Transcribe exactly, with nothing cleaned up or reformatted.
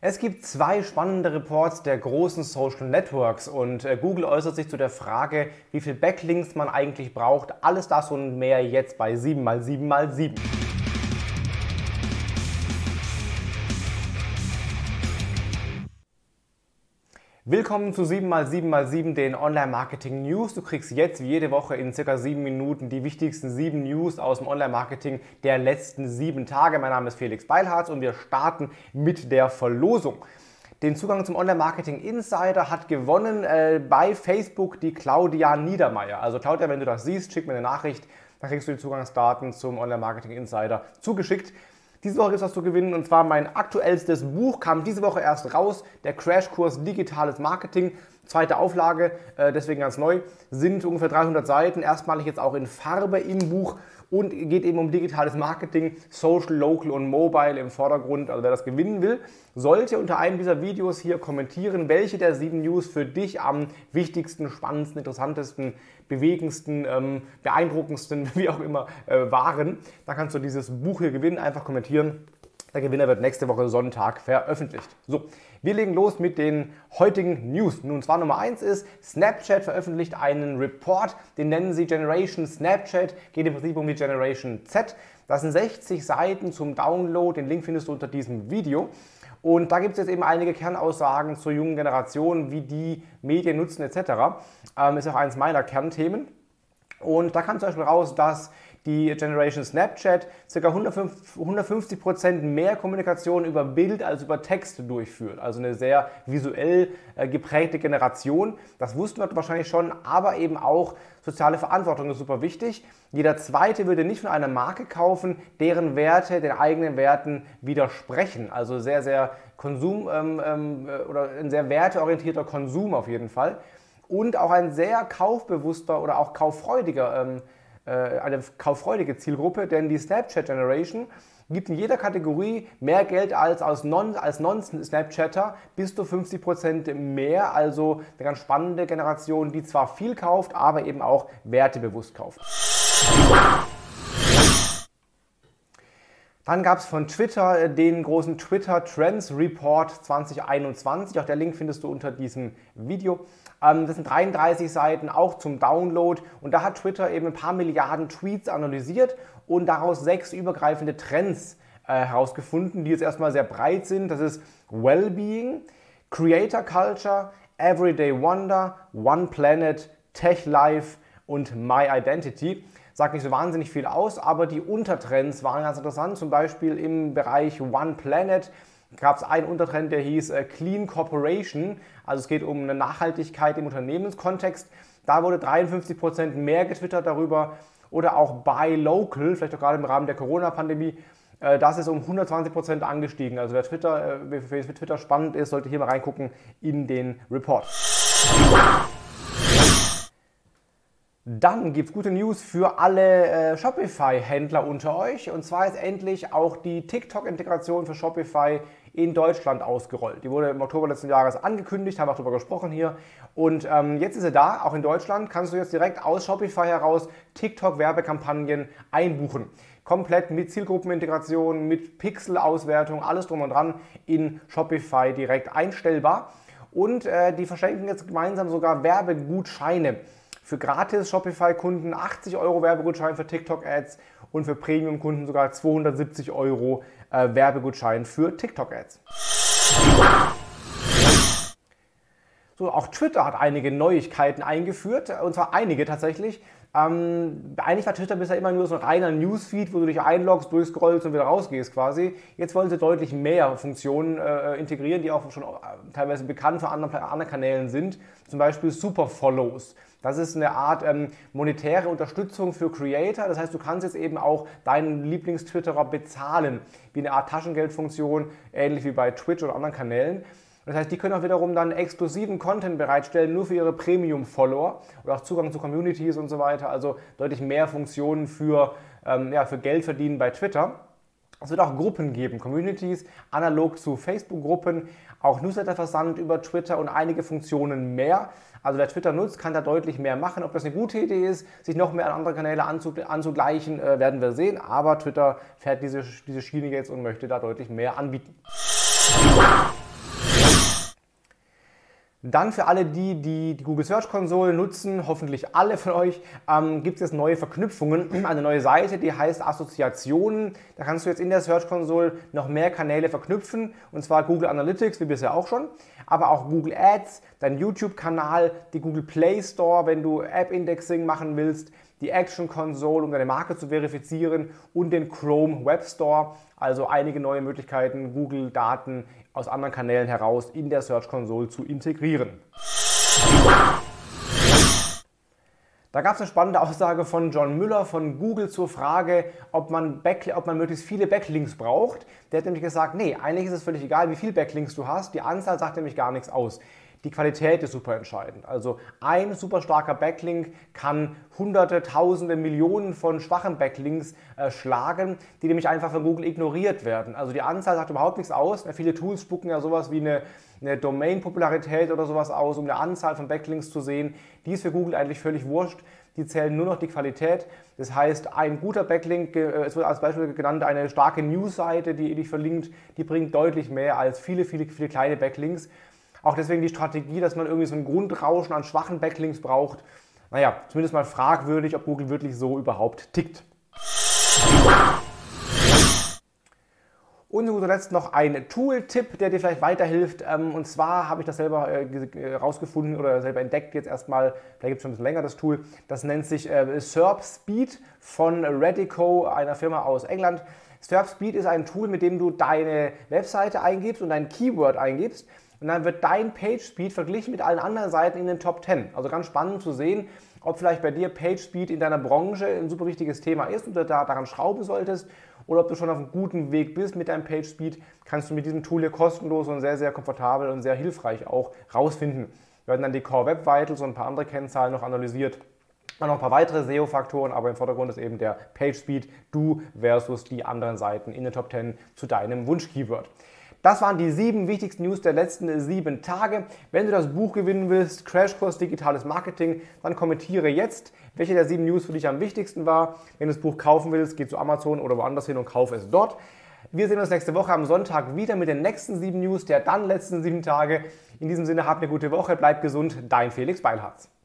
Es gibt zwei spannende Reports der großen Social Networks und äh, Google äußert sich zu der Frage, wie viel Backlinks man eigentlich braucht. Alles das und mehr jetzt bei sieben mal sieben mal sieben. Willkommen zu sieben mal sieben mal sieben, den Online-Marketing-News. Du kriegst jetzt wie jede Woche in circa sieben Minuten die wichtigsten sieben News aus dem Online-Marketing der letzten sieben Tage. Mein Name ist Felix Beilharz und wir starten mit der Verlosung. Den Zugang zum Online-Marketing Insider hat gewonnen äh, bei Facebook die Claudia Niedermeyer. Also Claudia, wenn du das siehst, schick mir eine Nachricht, dann kriegst du die Zugangsdaten zum Online-Marketing Insider zugeschickt. Diese Woche gibt es was zu gewinnen und zwar mein aktuellstes Buch, kam diese Woche erst raus, der Crashkurs Digitales Marketing, zweite Auflage, äh, deswegen ganz neu, sind ungefähr dreihundert Seiten, erstmalig jetzt auch in Farbe im Buch und geht eben um digitales Marketing, Social, Local und Mobile im Vordergrund. Also wer das gewinnen will, sollte unter einem dieser Videos hier kommentieren, welche der sieben News für dich am wichtigsten, spannendsten, interessantesten, bewegendsten, ähm, beeindruckendsten, wie auch immer, äh, waren. Dann kannst du dieses Buch hier gewinnen, einfach kommentieren. Der Gewinner wird nächste Woche Sonntag veröffentlicht. So, wir legen los mit den heutigen News. Nun, zwar Nummer eins ist, Snapchat veröffentlicht einen Report, den nennen sie Generation Snapchat, geht im Prinzip um die Generation Z. Das sind sechzig Seiten zum Download, den Link findest du unter diesem Video. Und da gibt es jetzt eben einige Kernaussagen zur jungen Generation, wie die Medien nutzen et cetera. Ähm, ist auch eines meiner Kernthemen. Und da kam zum Beispiel raus, dass die Generation Snapchat ca. hundertfünfzig Prozent mehr Kommunikation über Bild als über Text durchführt. Also eine sehr visuell äh, geprägte Generation. Das wussten wir wahrscheinlich schon, aber eben auch soziale Verantwortung ist super wichtig. Jeder Zweite würde nicht von einer Marke kaufen, deren Werte den eigenen Werten widersprechen. Also sehr, sehr Konsum ähm, ähm, oder ein sehr werteorientierter Konsum auf jeden Fall. Und auch ein sehr kaufbewusster oder auch kauffreudiger ähm, eine kauffreudige Zielgruppe, denn die Snapchat Generation gibt in jeder Kategorie mehr Geld als, als Non-Snapchatter, bis zu fünfzig Prozent mehr, also eine ganz spannende Generation, die zwar viel kauft, aber eben auch wertebewusst kauft. Dann gab es von Twitter den großen Twitter Trends Report zwanzig einundzwanzig, auch der Link findest du unter diesem Video. Das sind dreiunddreißig Seiten, auch zum Download und da hat Twitter eben ein paar Milliarden Tweets analysiert und daraus sechs übergreifende Trends äh, herausgefunden, die jetzt erstmal sehr breit sind. Das ist Wellbeing, Creator Culture, Everyday Wonder, One Planet, Tech Life und My Identity. Sagt nicht so wahnsinnig viel aus, aber die Untertrends waren ganz interessant, zum Beispiel im Bereich One Planet gab es einen Untertrend, der hieß äh, Clean Corporation, also es geht um eine Nachhaltigkeit im Unternehmenskontext. Da wurde dreiundfünfzig Prozent mehr getwittert darüber oder auch Buy Local, vielleicht auch gerade im Rahmen der Corona-Pandemie. Äh, das ist um hundertzwanzig Prozent angestiegen. Also wer Twitter, äh, für Twitter spannend ist, sollte hier mal reingucken in den Report. Dann gibt es gute News für alle äh, Shopify-Händler unter euch. Und zwar ist endlich auch die TikTok-Integration für Shopify in Deutschland ausgerollt. Die wurde im Oktober letzten Jahres angekündigt, haben auch darüber gesprochen hier. Und ähm, jetzt ist sie da, auch in Deutschland kannst du jetzt direkt aus Shopify heraus TikTok-Werbekampagnen einbuchen. Komplett mit Zielgruppenintegration, mit Pixel-Auswertung, alles drum und dran in Shopify direkt einstellbar. Und äh, die verschenken jetzt gemeinsam sogar Werbegutscheine. Für gratis Shopify-Kunden achtzig Euro Werbegutschein für TikTok-Ads und für Premium-Kunden sogar zweihundertsiebzig Euro äh, Werbegutschein für TikTok-Ads. So, auch Twitter hat einige Neuigkeiten eingeführt, und zwar einige tatsächlich. Ähm, eigentlich war Twitter bisher immer nur so ein reiner Newsfeed, wo du dich einloggst, durchscrollst und wieder rausgehst quasi. Jetzt wollen sie deutlich mehr Funktionen äh, integrieren, die auch schon äh, teilweise bekannt für andere, andere Kanälen sind. Zum Beispiel Superfollows. Das ist eine Art ähm, monetäre Unterstützung für Creator. Das heißt, du kannst jetzt eben auch deinen Lieblingstwitterer bezahlen, wie eine Art Taschengeldfunktion, ähnlich wie bei Twitch oder anderen Kanälen. Das heißt, die können auch wiederum dann exklusiven Content bereitstellen, nur für ihre Premium-Follower oder auch Zugang zu Communities und so weiter. Also deutlich mehr Funktionen für, ähm, ja, für Geld verdienen bei Twitter. Es wird auch Gruppen geben, Communities, analog zu Facebook-Gruppen, auch Newsletter-Versand über Twitter und einige Funktionen mehr. Also wer Twitter nutzt, kann da deutlich mehr machen. Ob das eine gute Idee ist, sich noch mehr an andere Kanäle anzugleichen, äh, werden wir sehen. Aber Twitter fährt diese, diese Schiene jetzt und möchte da deutlich mehr anbieten. Dann für alle die, die die Google Search Console nutzen, hoffentlich alle von euch, ähm, gibt es jetzt neue Verknüpfungen, eine neue Seite, die heißt Assoziationen. Da kannst du jetzt in der Search Console noch mehr Kanäle verknüpfen, und zwar Google Analytics, wie bisher auch schon, aber auch Google Ads, dein YouTube-Kanal, die Google Play Store, wenn du App-Indexing machen willst, die Action Console, um deine Marke zu verifizieren, und den Chrome Web Store, also einige neue Möglichkeiten, Google-Daten aus anderen Kanälen heraus in der Search Console zu integrieren. Da gab es eine spannende Aussage von John Müller von Google zur Frage, ob man, Back, ob man möglichst viele Backlinks braucht. Der hat nämlich gesagt, nee, eigentlich ist es völlig egal, wie viele Backlinks du hast. Die Anzahl sagt nämlich gar nichts aus. Die Qualität ist super entscheidend. Also ein super starker Backlink kann hunderte, tausende, Millionen von schwachen Backlinks äh, schlagen, die nämlich einfach von Google ignoriert werden. Also die Anzahl sagt überhaupt nichts aus. Ja, viele Tools spucken ja sowas wie eine, eine Domain-Popularität oder sowas aus, um eine Anzahl von Backlinks zu sehen. Die ist für Google eigentlich völlig wurscht. Die zählen nur noch die Qualität. Das heißt, ein guter Backlink, es wird als Beispiel genannt, eine starke News-Seite, die dich verlinkt, die bringt deutlich mehr als viele, viele, viele kleine Backlinks. Auch deswegen die Strategie, dass man irgendwie so ein Grundrauschen an schwachen Backlinks braucht. Naja, zumindest mal fragwürdig, ob Google wirklich so überhaupt tickt. Und zu guter Letzt noch ein Tool-Tipp, der dir vielleicht weiterhilft. Und zwar habe ich das selber herausgefunden oder selber entdeckt jetzt erstmal, vielleicht gibt es schon ein bisschen länger das Tool. Das nennt sich Serp Speed von Radico, einer Firma aus England. Serp Speed ist ein Tool, mit dem du deine Webseite eingibst und dein Keyword eingibst. Und dann wird dein PageSpeed verglichen mit allen anderen Seiten in den Top zehn. Also ganz spannend zu sehen, ob vielleicht bei dir PageSpeed in deiner Branche ein super wichtiges Thema ist und du da daran schrauben solltest, oder ob du schon auf einem guten Weg bist mit deinem PageSpeed, kannst du mit diesem Tool hier kostenlos und sehr, sehr komfortabel und sehr hilfreich auch rausfinden. Wir werden dann die Core Web Vitals und ein paar andere Kennzahlen noch analysiert. Und noch ein paar weitere S E O-Faktoren, aber im Vordergrund ist eben der PageSpeed, du versus die anderen Seiten in den Top zehn zu deinem Wunsch-Keyword. Das waren die sieben wichtigsten News der letzten sieben Tage. Wenn du das Buch gewinnen willst, Crashkurs Digitales Marketing, dann kommentiere jetzt, welche der sieben News für dich am wichtigsten war. Wenn du das Buch kaufen willst, geh zu Amazon oder woanders hin und kauf es dort. Wir sehen uns nächste Woche am Sonntag wieder mit den nächsten sieben News der dann letzten sieben Tage. In diesem Sinne, habt eine gute Woche, bleibt gesund, dein Felix Beilharz.